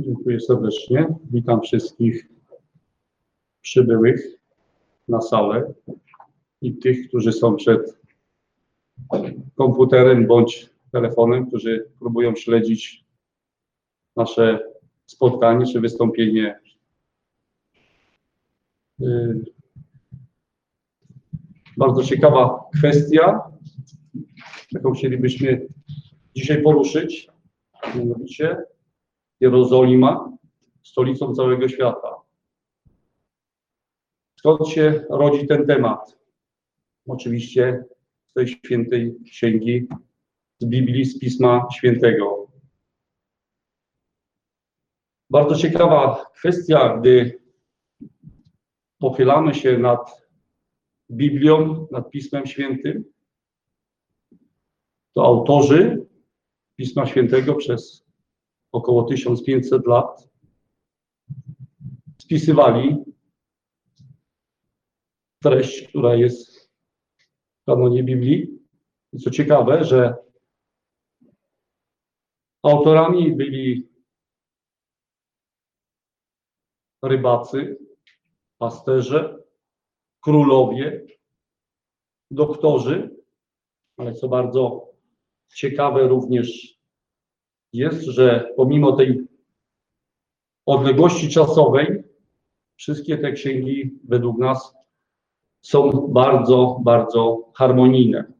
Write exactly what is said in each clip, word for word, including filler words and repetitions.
Dziękuję serdecznie. Witam wszystkich przybyłych na salę i tych, którzy są przed komputerem bądź telefonem, którzy próbują śledzić nasze spotkanie czy wystąpienie. Bardzo ciekawa kwestia, jaką chcielibyśmy dzisiaj poruszyć, mianowicie Jerozolima, stolicą całego świata. Skąd się rodzi ten temat? Oczywiście z tej świętej księgi, z Biblii, z Pisma Świętego. Bardzo ciekawa kwestia, gdy pochylamy się nad Biblią, nad Pismem Świętym, to autorzy Pisma Świętego przez około tysiąc pięćset lat spisywali treść, która jest w kanonie Biblii. I co ciekawe, że autorami byli rybacy, pasterze, królowie, doktorzy, ale co bardzo ciekawe również jest, że pomimo tej odległości czasowej wszystkie te księgi według nas są bardzo, bardzo harmonijne.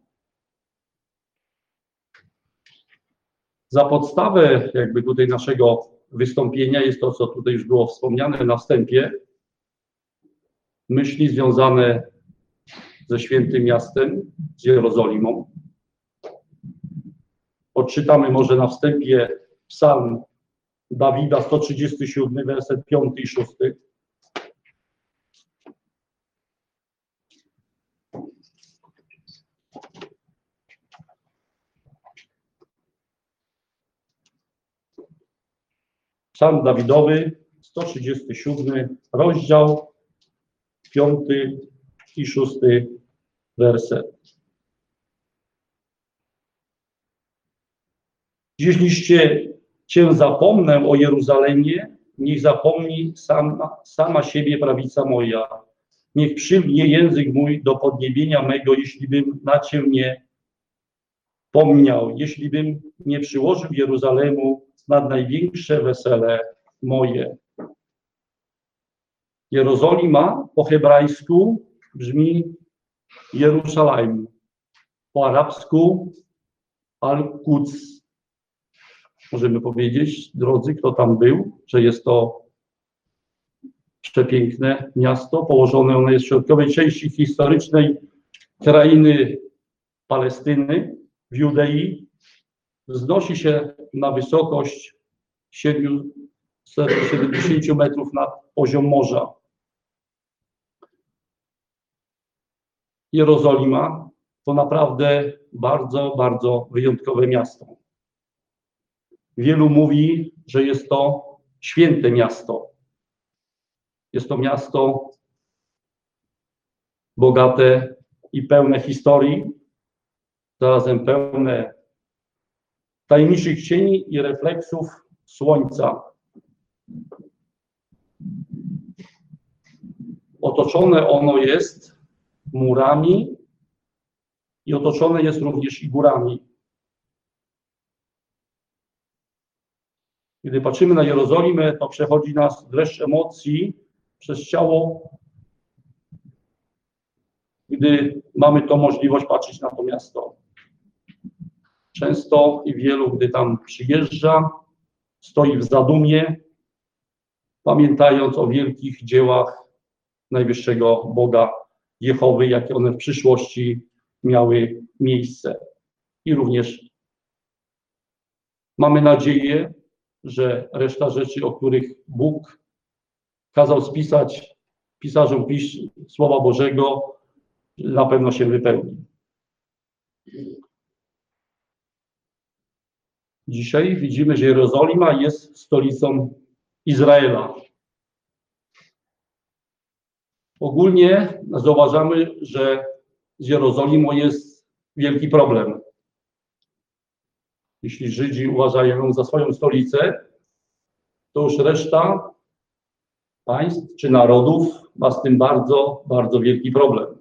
Za podstawę jakby tutaj naszego wystąpienia jest to, co tutaj już było wspomniane na wstępie, myśli związane ze świętym miastem, z Jerozolimą. Odczytamy może na wstępie psalm Dawida, sto trzydziesty siódmy, werset piąty i szósty. Psalm Dawidowy, sto trzydziesty siódmy rozdział, piąty i szósty werset. Jeśliście Cię zapomnę o Jeruzalemie, niech zapomni sama, sama siebie prawica moja. Niech przylgnie język mój do podniebienia mego, jeśli bym na Cię nie pomniał, jeśli bym nie przyłożył Jeruzalemu nad największe wesele moje. Jerozolima po hebrajsku brzmi Jerusalem, po arabsku Al-Quds. Możemy powiedzieć, drodzy, kto tam był, że jest to przepiękne miasto. Położone ono jest w środkowej części historycznej krainy Palestyny, w Judei. Wznosi się na wysokość siedemset siedemdziesiąt metrów nad poziom morza. Jerozolima to naprawdę bardzo, bardzo wyjątkowe miasto. Wielu mówi, że jest to święte miasto. Jest to miasto bogate i pełne historii, zarazem pełne tajemniczych cieni i refleksów słońca. Otoczone ono jest murami i otoczone jest również i górami. Gdy patrzymy na Jerozolimę, to przechodzi nas dreszcz emocji przez ciało, gdy mamy tą możliwość patrzeć na to miasto. Często i wielu, gdy tam przyjeżdża, stoi w zadumie, pamiętając o wielkich dziełach najwyższego Boga Jehowy, jakie one w przyszłości miały miejsce. I również mamy nadzieję, że reszta rzeczy, o których Bóg kazał spisać pisarzom piś Słowa Bożego, na pewno się wypełni. Dzisiaj widzimy, że Jerozolima jest stolicą Izraela. Ogólnie zauważamy, że z Jerozolimą jest wielki problem. Jeśli Żydzi uważają ją za swoją stolicę, to już reszta państw czy narodów ma z tym bardzo, bardzo wielki problem.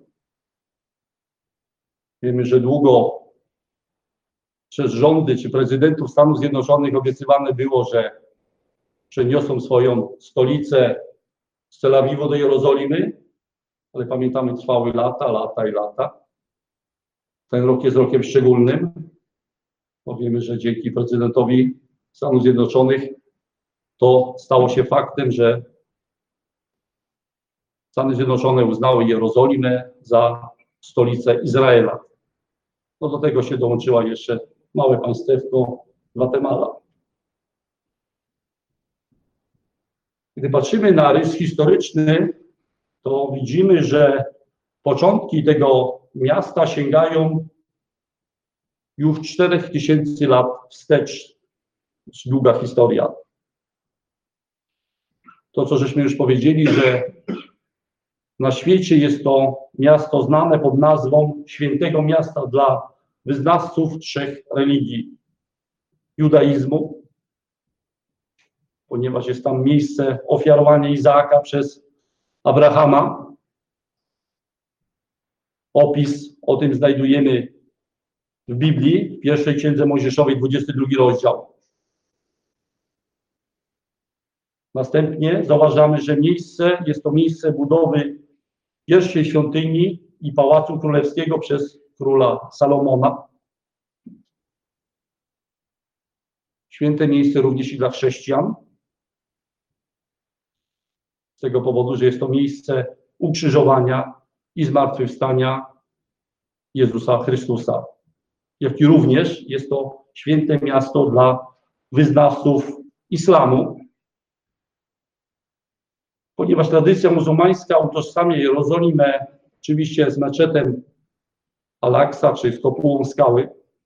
Wiemy, że długo przez rządy czy prezydentów Stanów Zjednoczonych obiecywane było, że przeniosą swoją stolicę z Tel Awiwu do Jerozolimy, ale pamiętamy, trwały lata, lata i lata. Ten rok jest rokiem szczególnym, bo wiemy, że dzięki prezydentowi Stanów Zjednoczonych to stało się faktem, że Stany Zjednoczone uznały Jerozolimę za stolicę Izraela. No do tego się dołączyła jeszcze małe państewko Gwatemala. Gdy patrzymy na rys historyczny, to widzimy, że początki tego miasta sięgają już czterech tysięcy lat wstecz. Długa historia. To, co żeśmy już powiedzieli, że na świecie jest to miasto znane pod nazwą Świętego Miasta dla wyznawców trzech religii. Judaizmu, ponieważ jest tam miejsce ofiarowania Izaaka przez Abrahama. Opis o tym znajdujemy w Biblii, w pierwszej Księdze Mojżeszowej, dwudziesty drugi rozdział. Następnie zauważamy, że miejsce jest to miejsce budowy pierwszej świątyni i Pałacu Królewskiego przez króla Salomona. Święte miejsce również i dla chrześcijan. Z tego powodu, że jest to miejsce ukrzyżowania i zmartwychwstania Jezusa Chrystusa. Jak i również jest to święte miasto dla wyznawców islamu, ponieważ tradycja muzułmańska utożsamia Jerozolimę oczywiście z meczetem Al-Aqsa, czy z kopułą skały,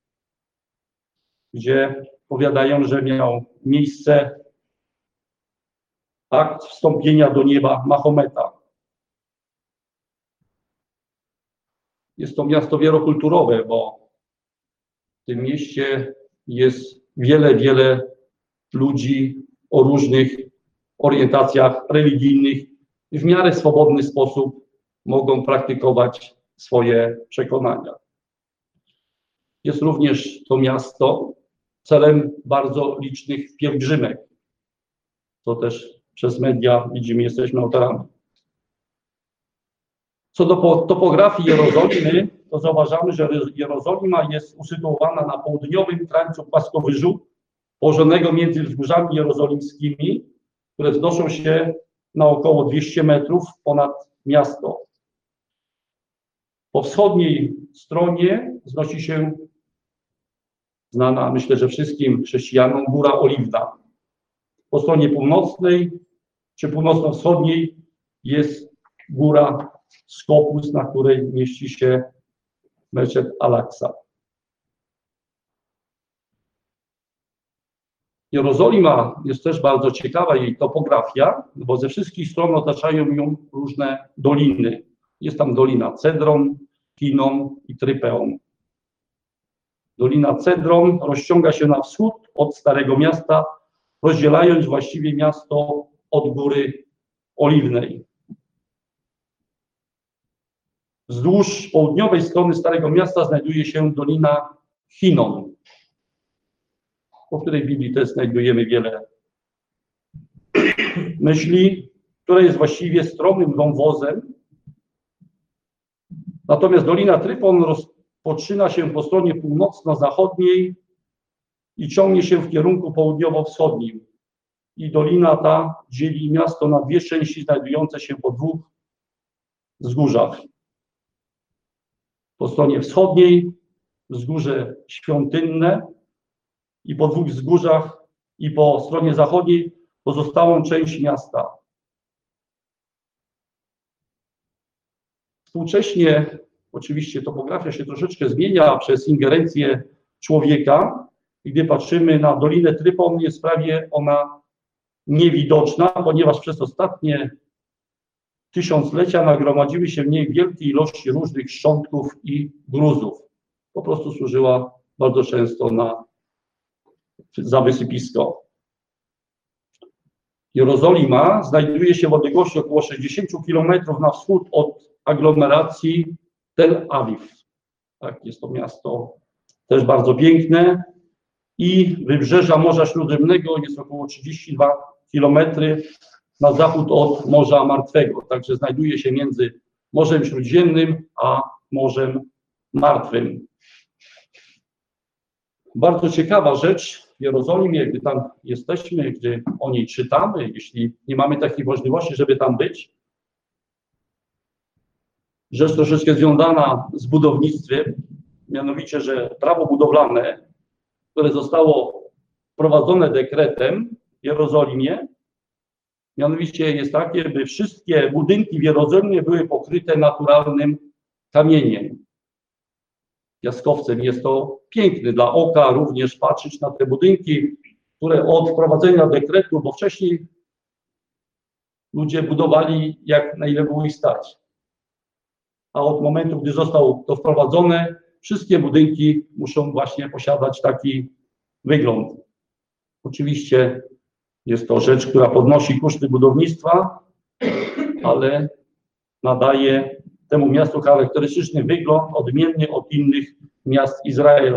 gdzie powiadają, że miał miejsce akt wstąpienia do nieba Mahometa. Jest to miasto wielokulturowe, bo w tym mieście jest wiele, wiele ludzi o różnych orientacjach religijnych i w miarę swobodny sposób mogą praktykować swoje przekonania. Jest również to miasto celem bardzo licznych pielgrzymek. To też przez media widzimy, jesteśmy autorami. Co do topografii Jerozolimy, to zauważamy, że Jerozolima jest usytuowana na południowym krańcu płaskowyżu położonego między wzgórzami jerozolimskimi, które wznoszą się na około dwieście metrów ponad miasto. Po wschodniej stronie wznosi się znana, myślę, że wszystkim chrześcijanom, Góra Oliwna. Po stronie północnej czy północno-wschodniej jest Góra Skopus, na której mieści się meczet Al-Aqsa. Jerozolima jest też bardzo ciekawa, jej topografia, bo ze wszystkich stron otaczają ją różne doliny. Jest tam Dolina Cedron, Hinom i Trypeon. Dolina Cedron rozciąga się na wschód od Starego Miasta, rozdzielając właściwie miasto od Góry Oliwnej. Wzdłuż południowej strony Starego Miasta znajduje się Dolina Hinom, o której w Biblii też znajdujemy wiele myśli, która jest właściwie stromym wąwozem. Natomiast Dolina Trypon rozpoczyna się po stronie północno-zachodniej i ciągnie się w kierunku południowo-wschodnim. I dolina ta dzieli miasto na dwie części znajdujące się po dwóch wzgórzach. Po stronie wschodniej wzgórze świątynne i po dwóch wzgórzach i po stronie zachodniej pozostałą część miasta. Współcześnie oczywiście topografia się troszeczkę zmienia przez ingerencję człowieka. I gdy patrzymy na Dolinę Trypon, jest prawie ona niewidoczna, ponieważ przez ostatnie tysiąclecia nagromadziły się w niej wielkie ilości różnych szczątków i gruzów. Po prostu służyła bardzo często na, za wysypisko. Jerozolima znajduje się w odległości około sześćdziesiąt kilometrów na wschód od aglomeracji Tel Awiw. Tak, jest to miasto też bardzo piękne i wybrzeża Morza Śródziemnego jest około trzydzieści dwa kilometry na zachód od Morza Martwego. Także znajduje się między Morzem Śródziemnym a Morzem Martwym. Bardzo ciekawa rzecz w Jerozolimie, gdy tam jesteśmy, gdy o niej czytamy, jeśli nie mamy takiej możliwości, żeby tam być. Rzecz troszeczkę związana z budownictwem, mianowicie, że prawo budowlane, które zostało wprowadzone dekretem w Jerozolimie, mianowicie jest takie, by wszystkie budynki w Jerozolimie były pokryte naturalnym kamieniem, piaskowcem. Jest to piękny dla oka również patrzeć na te budynki, które od wprowadzenia dekretu, bo wcześniej ludzie budowali jak na ile było ich stać. A od momentu, gdy zostało to wprowadzone, wszystkie budynki muszą właśnie posiadać taki wygląd. Oczywiście jest to rzecz, która podnosi koszty budownictwa, ale nadaje temu miastu charakterystyczny wygląd odmienny od innych miast Izraela.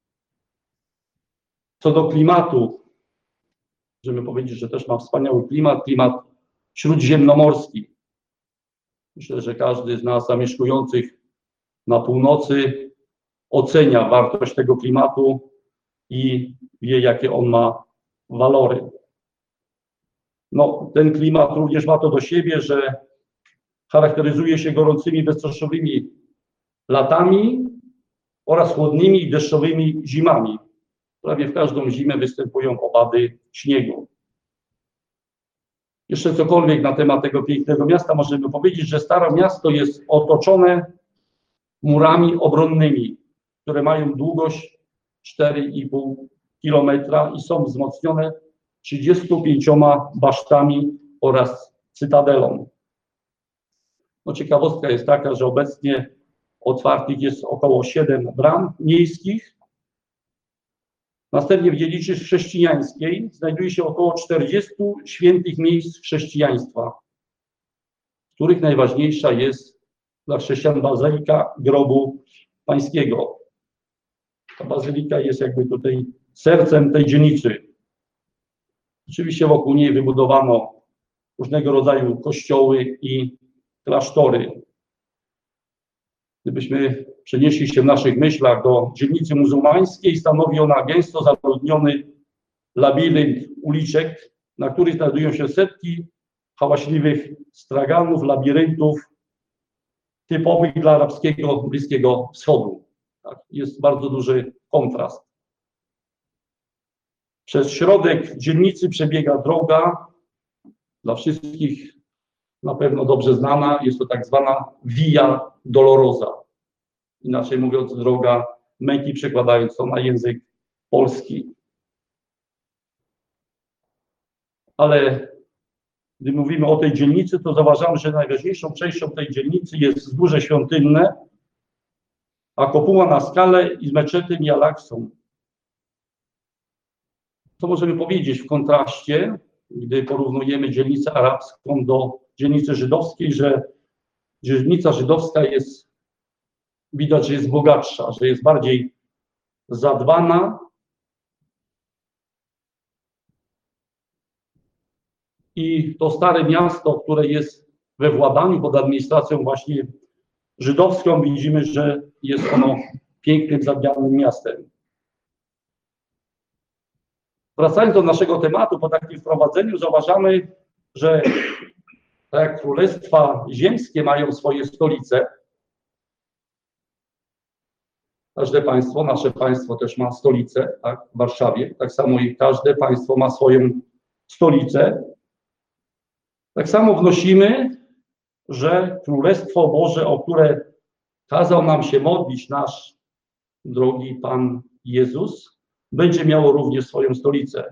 Co do klimatu, możemy powiedzieć, że też ma wspaniały klimat, klimat śródziemnomorski. Myślę, że każdy z nas zamieszkujących na północy ocenia wartość tego klimatu i wie, jakie on ma walory. No, ten klimat również ma to do siebie, że charakteryzuje się gorącymi, bezstroszowymi latami oraz chłodnymi i deszczowymi zimami. Prawie w każdą zimę występują opady śniegu. Jeszcze cokolwiek na temat tego pięknego miasta możemy powiedzieć, że Stare Miasto jest otoczone murami obronnymi, które mają długość cztery i pół kilometra i są wzmocnione trzydziestoma pięcioma basztami oraz cytadelą. No, ciekawostka jest taka, że obecnie otwartych jest około siedem bram miejskich. Następnie w dzielnicy chrześcijańskiej znajduje się około czterdziestu świętych miejsc chrześcijaństwa, z których najważniejsza jest dla chrześcijan Bazylika Grobu Pańskiego. Ta bazylika jest jakby tutaj sercem tej dzielnicy. Oczywiście wokół niej wybudowano różnego rodzaju kościoły i klasztory. Gdybyśmy przenieśli się w naszych myślach do dzielnicy muzułmańskiej, stanowi ona gęsto zaludniony labirynt uliczek, na których znajdują się setki hałaśliwych straganów, labiryntów typowych dla arabskiego Bliskiego Wschodu. Tak, jest bardzo duży kontrast. Przez środek dzielnicy przebiega droga, dla wszystkich na pewno dobrze znana, jest to tak zwana Via Dolorosa. Inaczej mówiąc, droga męki, przekładając to na język polski. Ale gdy mówimy o tej dzielnicy, to zauważamy, że najważniejszą częścią tej dzielnicy jest wzgórze świątynne, a kopuła na skale i z meczetem i Al-Aksą. Co możemy powiedzieć w kontraście, gdy porównujemy dzielnicę arabską do dzielnicy żydowskiej, że dzielnica żydowska jest, widać, że jest bogatsza, że jest bardziej zadbana i to stare miasto, które jest we władaniu pod administracją właśnie żydowską, widzimy, że jest ono pięknym, zadbanym miastem. Wracając do naszego tematu, po takim wprowadzeniu zauważamy, że tak jak królestwa ziemskie mają swoje stolice, każde państwo, nasze państwo też ma stolicę, tak, w Warszawie, tak samo i każde państwo ma swoją stolicę. Tak samo wnosimy, że Królestwo Boże, o które kazał nam się modlić nasz drogi Pan Jezus, będzie miało również swoją stolicę.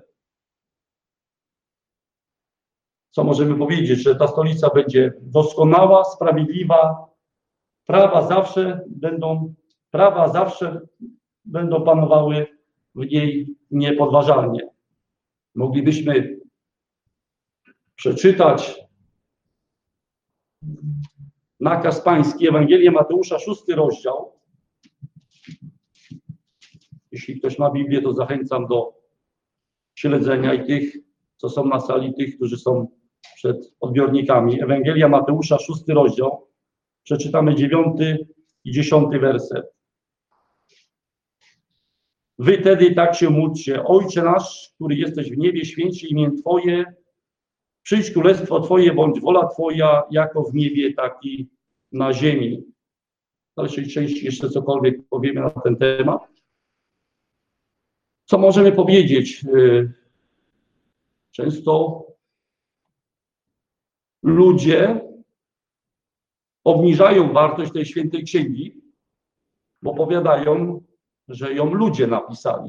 Co możemy powiedzieć, że ta stolica będzie doskonała, sprawiedliwa, prawa zawsze będą, prawa zawsze będą panowały w niej niepodważalnie. Moglibyśmy przeczytać nakaz pański, Ewangelię Mateusza, szósty rozdział. Jeśli ktoś ma Biblię, to zachęcam do śledzenia i tych, co są na sali, tych, którzy są przed odbiornikami. Ewangelia Mateusza, szósty rozdział. Przeczytamy dziewiąty i dziesiąty werset. Wy tedy tak się módlcie: Ojcze nasz, który jesteś w niebie, święć się imię Twoje, przyjdź królestwo Twoje, bądź wola Twoja, jako w niebie, tak i na ziemi. W dalszej części jeszcze cokolwiek powiemy na ten temat. Co możemy powiedzieć? Często ludzie obniżają wartość tej świętej księgi, bo powiadają, że ją ludzie napisali.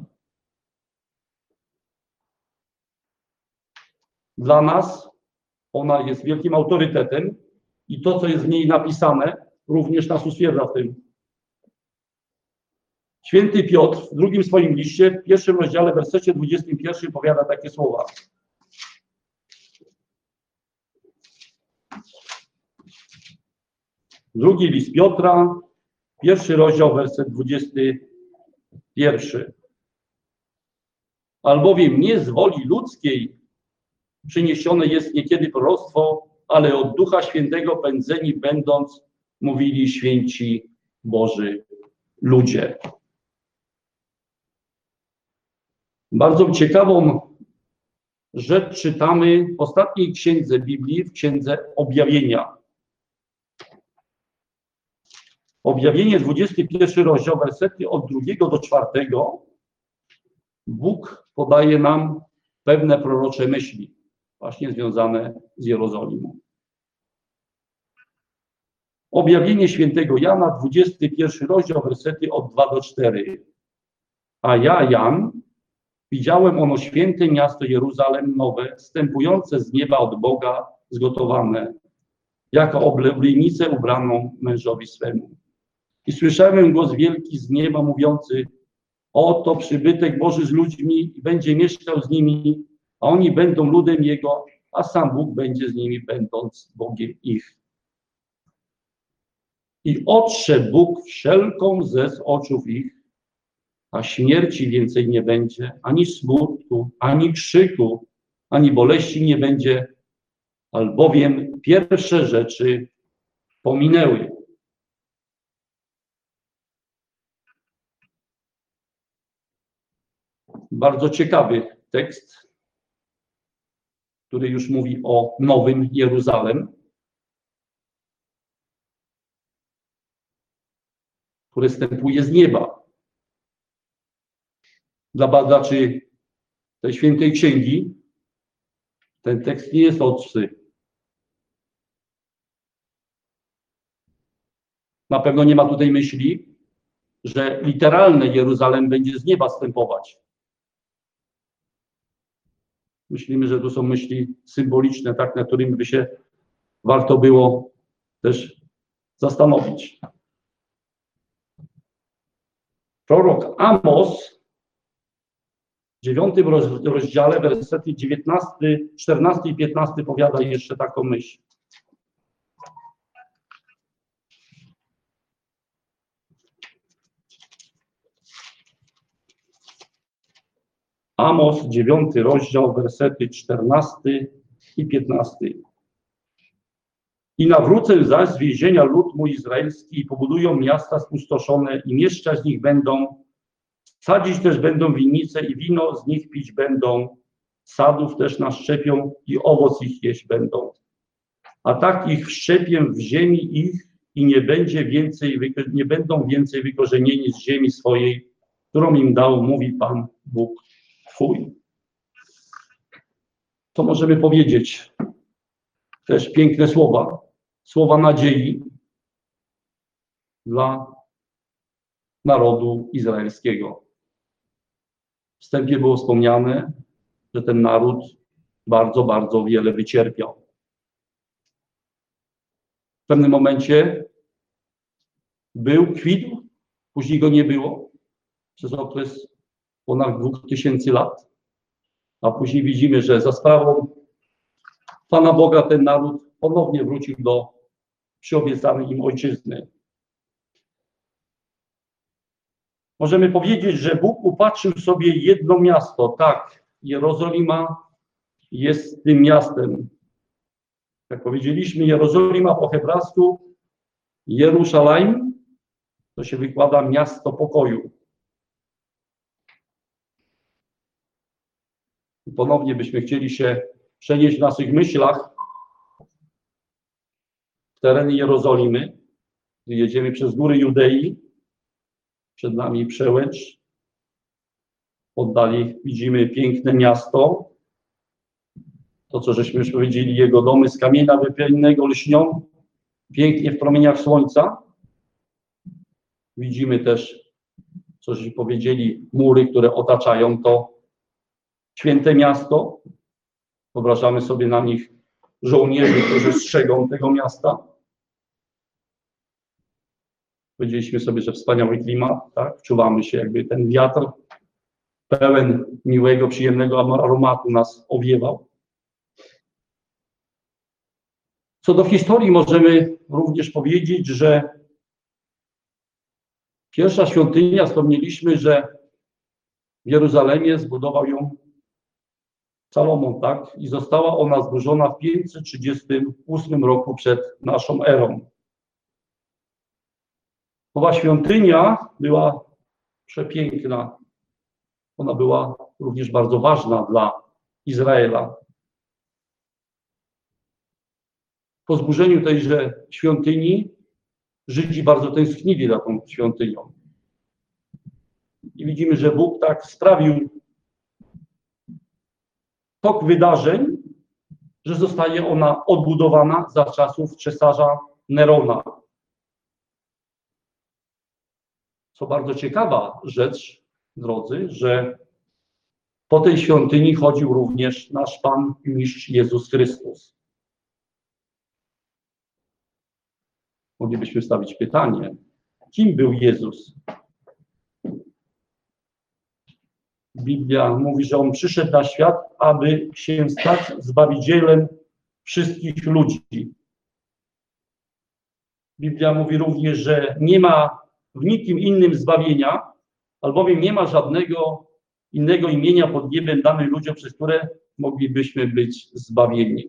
Dla nas ona jest wielkim autorytetem i to, co jest w niej napisane, również nas utwierdza w tym. Święty Piotr w drugim swoim liście, w pierwszym rozdziale, w wersecie dwudziestym pierwszym powiada takie słowa. Drugi list Piotra, pierwszy rozdział, werset dwudziesty pierwszy. Albowiem nie z woli ludzkiej przyniesione jest niekiedy proroctwo, ale od Ducha Świętego pędzeni będąc, mówili święci Boży ludzie. Bardzo ciekawą rzecz czytamy w ostatniej księdze Biblii, w księdze Objawienia. Objawienie, dwudziesty pierwszy rozdział, wersety od drugiego do czwartego. Bóg podaje nam pewne prorocze myśli, właśnie związane z Jerozolimą. Objawienie świętego Jana, dwudziesty pierwszy rozdział, wersety od drugiego do czwartego. A ja, Jan, widziałem ono święte miasto Jeruzalem nowe, wstępujące z nieba od Boga, zgotowane, jako oblubienicę ubraną mężowi swemu. I słyszałem głos wielki z nieba, mówiący: oto przybytek Boży z ludźmi i będzie mieszkał z nimi, a oni będą ludem Jego, a sam Bóg będzie z nimi, będąc Bogiem ich. I otrze Bóg wszelką łzę z oczów ich, a śmierci więcej nie będzie, ani smutku, ani krzyku, ani boleści nie będzie, albowiem pierwsze rzeczy pominęły. Bardzo ciekawy tekst, który już mówi o nowym Jeruzalem, które wstępuje z nieba. Dla badaczy tej świętej księgi ten tekst nie jest obcy. Na pewno nie ma tutaj myśli, że literalne Jeruzalem będzie z nieba wstępować. Myślimy, że to są myśli symboliczne, tak, nad którymi by się warto było też zastanowić. Prorok Amos w dziewiątym rozdziale, wersety dziewiętnasty, czternasty i piętnasty powiada jeszcze taką myśl. Amos, dziewiąty rozdział, wersety czternasty i piętnasty. I nawrócę zaś z więzienia lud mój izraelski i pobudują miasta spustoszone i mieszkać z nich będą, sadzić też będą winnice i wino z nich pić będą, sadów też naszczepią i owoc ich jeść będą. A tak ich wszczepię w ziemi ich i nie będzie więcej, nie będą więcej wykorzenieni z ziemi swojej, którą im dał, mówi Pan Bóg Twój. To możemy powiedzieć też piękne słowa, słowa nadziei dla narodu izraelskiego. W wstępie było wspomniane, że ten naród bardzo, bardzo wiele wycierpiał. W pewnym momencie był, kwitł, później go nie było przez okres ponad dwóch tysięcy lat, a później widzimy, że za sprawą Pana Boga ten naród ponownie wrócił do przyobiecanej im ojczyzny. Możemy powiedzieć, że Bóg upatrzył sobie jedno miasto. Tak, Jerozolima jest tym miastem. Jak powiedzieliśmy, Jerozolima po hebrajsku Jerusalem, to się wykłada miasto pokoju. I ponownie byśmy chcieli się przenieść w naszych myślach w tereny Jerozolimy, gdy jedziemy przez góry Judei, przed nami przełęcz, w oddali widzimy piękne miasto, to co żeśmy już powiedzieli, jego domy z kamienia wypełnionego lśnią, pięknie w promieniach słońca. Widzimy też, co żeśmy powiedzieli, mury, które otaczają to święte miasto. Wyobrażamy sobie na nich żołnierzy, którzy strzegą tego miasta. Powiedzieliśmy sobie, że wspaniały klimat, tak? Wczuwamy się, jakby ten wiatr pełen miłego, przyjemnego aromatu nas owiewał. Co do historii możemy również powiedzieć, że pierwsza świątynia, wspomnieliśmy, że w Jeruzalemie zbudował ją Salomon, tak? I została ona zburzona w pięćset trzydziestym ósmym roku przed naszą erą. Owa świątynia była przepiękna. Ona była również bardzo ważna dla Izraela. Po zburzeniu tejże świątyni Żydzi bardzo tęsknili za tą świątynią. I widzimy, że Bóg tak sprawił tok wydarzeń, że zostaje ona odbudowana za czasów cesarza Nerona. Co bardzo ciekawa rzecz, drodzy, że po tej świątyni chodził również nasz Pan i Mistrz Jezus Chrystus. Moglibyśmy stawić pytanie, kim był Jezus? Biblia mówi, że On przyszedł na świat, aby się stać Zbawicielem wszystkich ludzi. Biblia mówi również, że nie ma w nikim innym zbawienia, albowiem nie ma żadnego innego imienia pod niebem danym ludziom, przez które moglibyśmy być zbawieni.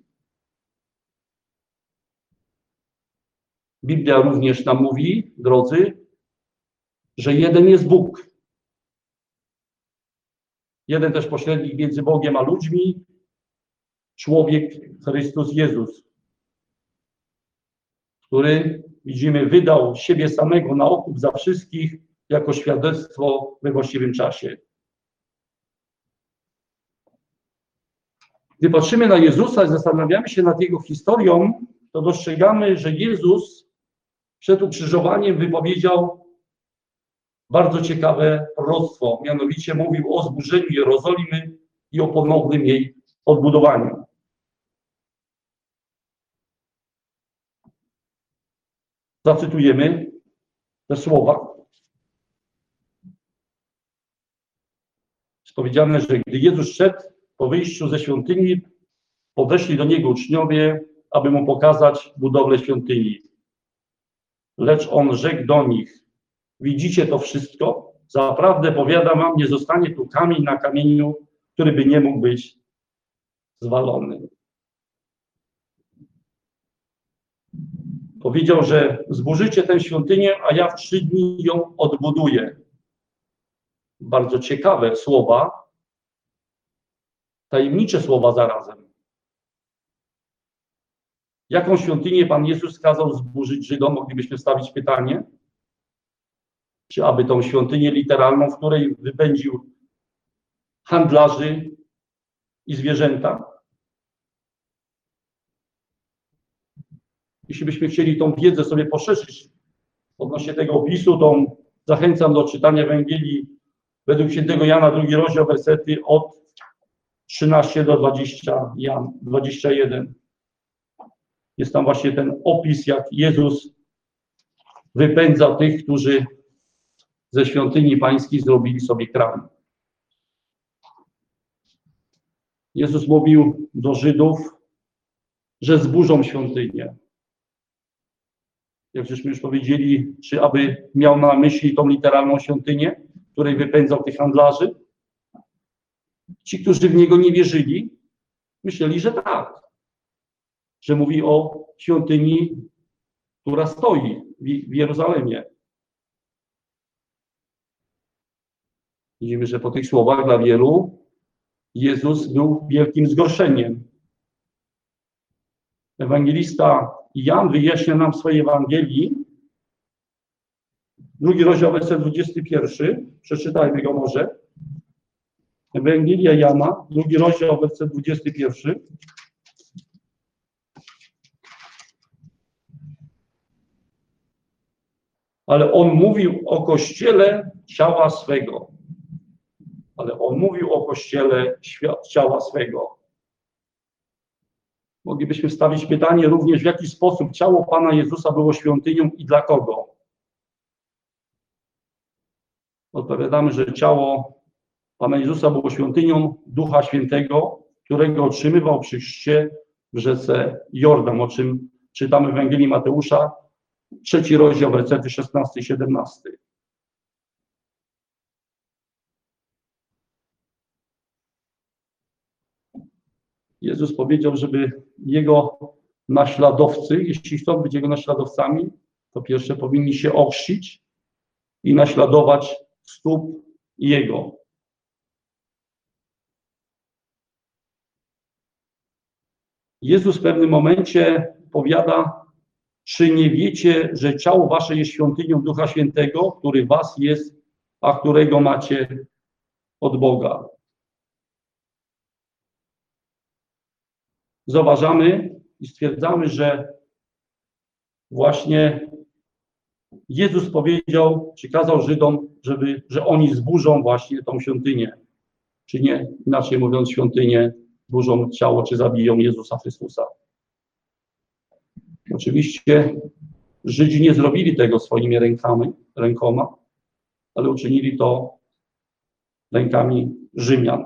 Biblia również nam mówi, drodzy, że jeden jest Bóg. Jeden też pośrednik między Bogiem a ludźmi, człowiek Chrystus Jezus, który, widzimy, wydał siebie samego na okup za wszystkich jako świadectwo we właściwym czasie. Gdy patrzymy na Jezusa i zastanawiamy się nad Jego historią, to dostrzegamy, że Jezus przed ukrzyżowaniem wypowiedział bardzo ciekawe proroctwo. Mianowicie mówił o zburzeniu Jerozolimy i o ponownym jej odbudowaniu. Zacytujemy te słowa. Jest powiedziane, że gdy Jezus szedł po wyjściu ze świątyni, podeszli do Niego uczniowie, aby Mu pokazać budowlę świątyni. Lecz On rzekł do nich: widzicie to wszystko? Zaprawdę powiadam wam, nie zostanie tu kamień na kamieniu, który by nie mógł być zwalony. Powiedział, że zburzycie tę świątynię, a ja w trzy dni ją odbuduję. Bardzo ciekawe słowa, tajemnicze słowa zarazem. Jaką świątynię Pan Jezus kazał zburzyć Żydom? Moglibyśmy stawić pytanie. Czy aby tą świątynię literalną, w której wypędził handlarzy i zwierzęta? Jeśli byśmy chcieli tą wiedzę sobie poszerzyć odnośnie tego opisu, to zachęcam do czytania Ewangelii według świętego Jana, drugi rozdział, wersety od trzynastego do dwudziestego, Jan dwudziesty pierwszy. Jest tam właśnie ten opis, jak Jezus wypędza tych, którzy ze świątyni pańskiej zrobili sobie kram. Jezus mówił do Żydów, że zburzą świątynię. Jak żeśmy już powiedzieli, czy aby miał na myśli tą literalną świątynię, której wypędzał tych handlarzy? Ci, którzy w niego nie wierzyli, myśleli, że tak. Że mówi o świątyni, która stoi w Jerozolimie. Widzimy, że po tych słowach dla wielu Jezus był wielkim zgorszeniem. Ewangelista Jan wyjaśnia nam w swojej Ewangelii, drugi rozdział, werset dwudziesty pierwszy, przeczytajmy go może. Ewangelia Jana, drugi rozdział, werset dwudziesty pierwszy. Ale on mówił o Kościele ciała swego. Ale on mówił o Kościele ciała swego. Moglibyśmy stawić pytanie również, w jaki sposób ciało Pana Jezusa było świątynią i dla kogo? Odpowiadamy, że ciało Pana Jezusa było świątynią Ducha Świętego, którego otrzymywał przy chrzcie w rzece Jordan, o czym czytamy w Ewangelii Mateusza, trzeci rozdział, wersety szesnasty i siedemnasty. Jezus powiedział, żeby Jego naśladowcy, jeśli chcą być Jego naśladowcami, to pierwsze powinni się ochrzcić i naśladować stóp Jego. Jezus w pewnym momencie powiada, czy nie wiecie, że ciało wasze jest świątynią Ducha Świętego, który w was jest, a którego macie od Boga. Zauważamy i stwierdzamy, że właśnie Jezus powiedział, czy kazał Żydom, żeby, że oni zburzą właśnie tą świątynię. Czy nie, inaczej mówiąc, świątynię, zburzą ciało, czy zabiją Jezusa Chrystusa. Oczywiście Żydzi nie zrobili tego swoimi rękami, rękoma, ale uczynili to rękami Rzymian.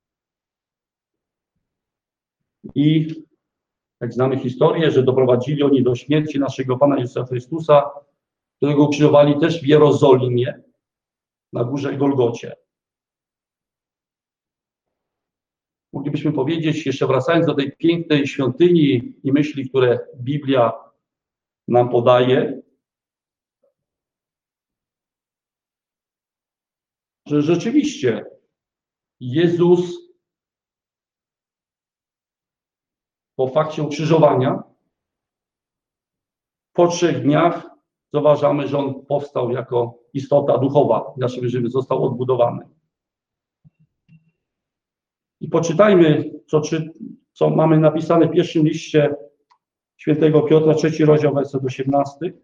I jak znamy historię, że doprowadzili oni do śmierci naszego Pana Jezusa Chrystusa, którego ukrzyżowali też w Jerozolimie, na górze Golgocie. Moglibyśmy powiedzieć, jeszcze wracając do tej pięknej świątyni i myśli, które Biblia nam podaje, że rzeczywiście Jezus po fakcie ukrzyżowania, po trzech dniach zauważamy, że On powstał jako istota duchowa, inaczej żeby został odbudowany. I poczytajmy, co, czy, co mamy napisane w pierwszym liście świętego Piotra, trzeci rozdział, werset osiemnasty.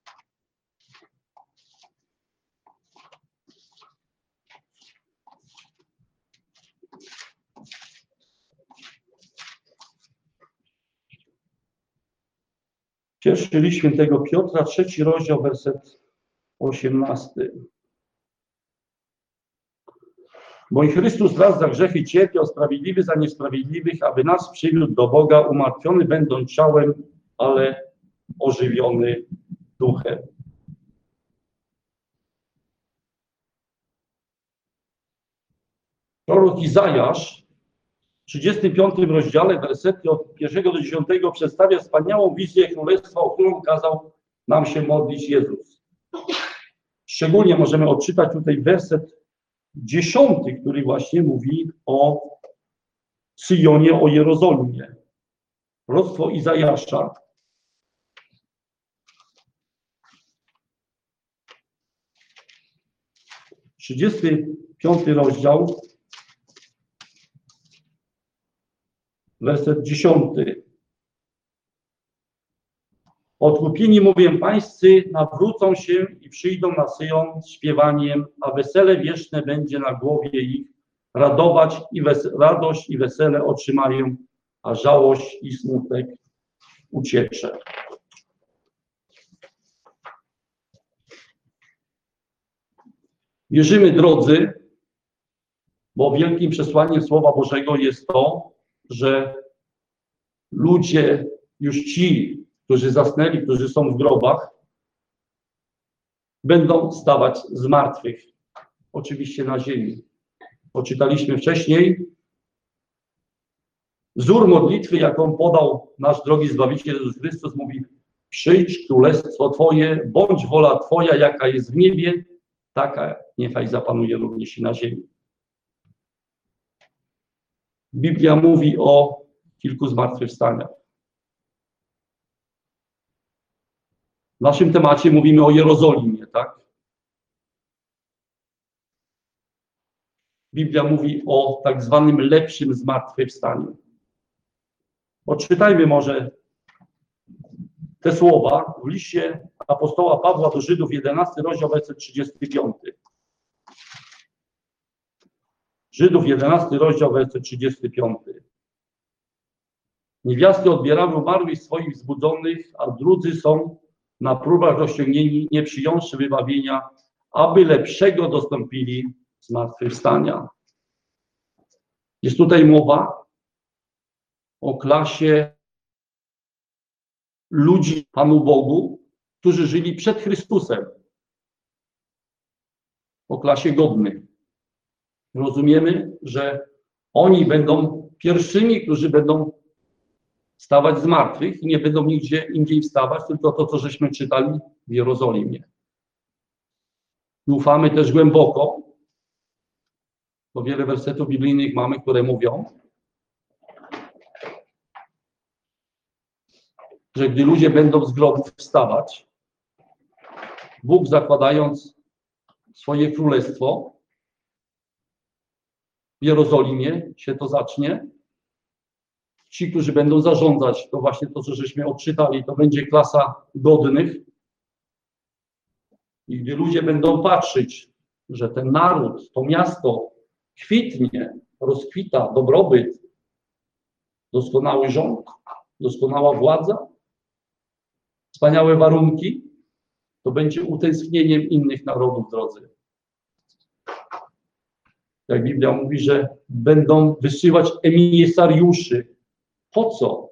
Pierwszy list świętego Piotra, trzeci rozdział, werset osiemnasty. Bo i Chrystus raz za grzechy cierpiał, sprawiedliwy za niesprawiedliwych, aby nas przywiódł do Boga, umartwiony będąc ciałem, ale ożywiony duchem. Prorok Izajasz w trzydziestym piątym rozdziale, wersety od pierwszego do dziesiątego przedstawia wspaniałą wizję Królestwa, o którą kazał nam się modlić Jezus. Szczególnie możemy odczytać tutaj werset dziesiąty, który właśnie mówi o Syjonie, o Jerozolimie. Proroctwo Izajasza. trzydziesty piąty rozdział, werset dziesiąty. Odkupieni, mówię, pańscy nawrócą się i przyjdą na Syjon z śpiewaniem, a wesele wieczne będzie na głowie ich, radować i wes- radość i wesele otrzymają, a żałość i smutek uciecze. Wierzymy, drodzy, bo wielkim przesłaniem Słowa Bożego jest to, że ludzie już ci, którzy zasnęli, którzy są w grobach, będą stawać z martwych, oczywiście na ziemi. Poczytaliśmy wcześniej wzór modlitwy, jaką podał nasz drogi Zbawiciel Jezus Chrystus, mówi: przyjdź królestwo Twoje, bądź wola Twoja, jaka jest w niebie, taka niechaj zapanuje również i na ziemi. Biblia mówi o kilku zmartwychwstaniach. W naszym temacie mówimy o Jerozolimie, tak? Biblia mówi o tak zwanym lepszym zmartwychwstaniu. Odczytajmy może te słowa w liście apostoła Pawła do Żydów, jedenasty rozdział, werset trzydziesty piąty. Żydów, jedenasty rozdział, werset trzydziesty piąty. Niewiasty odbierały umarłych swoich wzbudzonych, a drudzy są na próbach rozciągnieni, nie przyjąwszy wybawienia, aby lepszego dostąpili zmartwychwstania. Jest tutaj mowa o klasie ludzi Panu Bogu, którzy żyli przed Chrystusem. O klasie godnych. Rozumiemy, że oni będą pierwszymi, którzy będą wstawać z martwych i nie będą nigdzie indziej wstawać, tylko to, co żeśmy czytali w Jerozolimie. Ufamy też głęboko, bo wiele wersetów biblijnych mamy, które mówią, że gdy ludzie będą z grobów wstawać, Bóg, zakładając swoje królestwo, w Jerozolimie się to zacznie. Ci, którzy będą zarządzać, to właśnie to, co żeśmy odczytali, to będzie klasa godnych. I gdy ludzie będą patrzeć, że ten naród, to miasto kwitnie, rozkwita, dobrobyt, doskonały rząd, doskonała władza, wspaniałe warunki, to będzie utęsknieniem innych narodów, drodzy. Jak Biblia mówi, że będą wysyłać emisariuszy. Po co?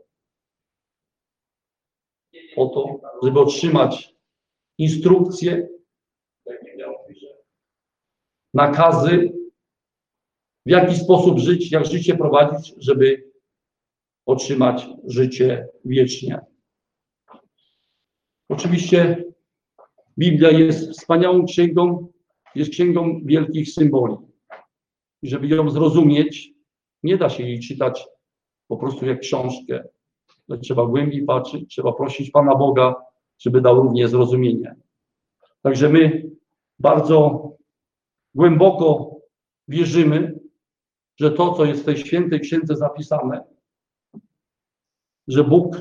Po to, żeby otrzymać instrukcje, jak Biblia mówi, że nakazy, w jaki sposób żyć, jak życie prowadzić, żeby otrzymać życie wiecznie. Oczywiście Biblia jest wspaniałą księgą, jest księgą wielkich symboli. I żeby ją zrozumieć, nie da się jej czytać po prostu jak książkę. Trzeba głębiej patrzeć, trzeba prosić Pana Boga, żeby dał również zrozumienie. Także my bardzo głęboko wierzymy, że to, co jest w tej świętej księdze zapisane, że Bóg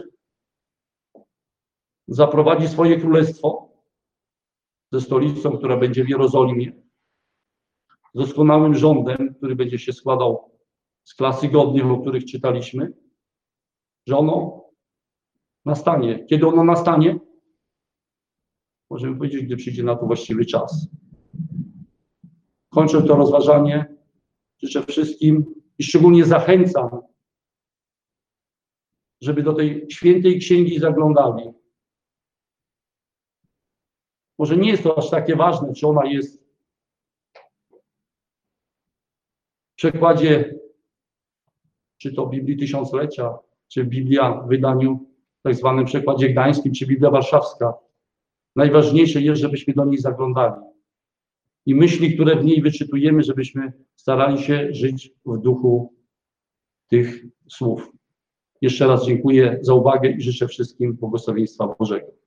zaprowadzi swoje królestwo ze stolicą, która będzie w Jerozolimie, z doskonałym rządem, który będzie się składał z klasy godnych, o których czytaliśmy, że ono nastanie. Kiedy ono nastanie? Możemy powiedzieć, gdy przyjdzie na to właściwy czas. Kończę to rozważanie. Życzę wszystkim i szczególnie zachęcam, żeby do tej świętej księgi zaglądali. Może nie jest to aż takie ważne, czy ona jest w przekładzie, czy to Biblii Tysiąclecia, czy Biblia w wydaniu tak zwanym przekładzie gdańskim, czy Biblia Warszawska. Najważniejsze jest, żebyśmy do niej zaglądali. I myśli, które w niej wyczytujemy, żebyśmy starali się żyć w duchu tych słów. Jeszcze raz dziękuję za uwagę i życzę wszystkim błogosławieństwa Bożego.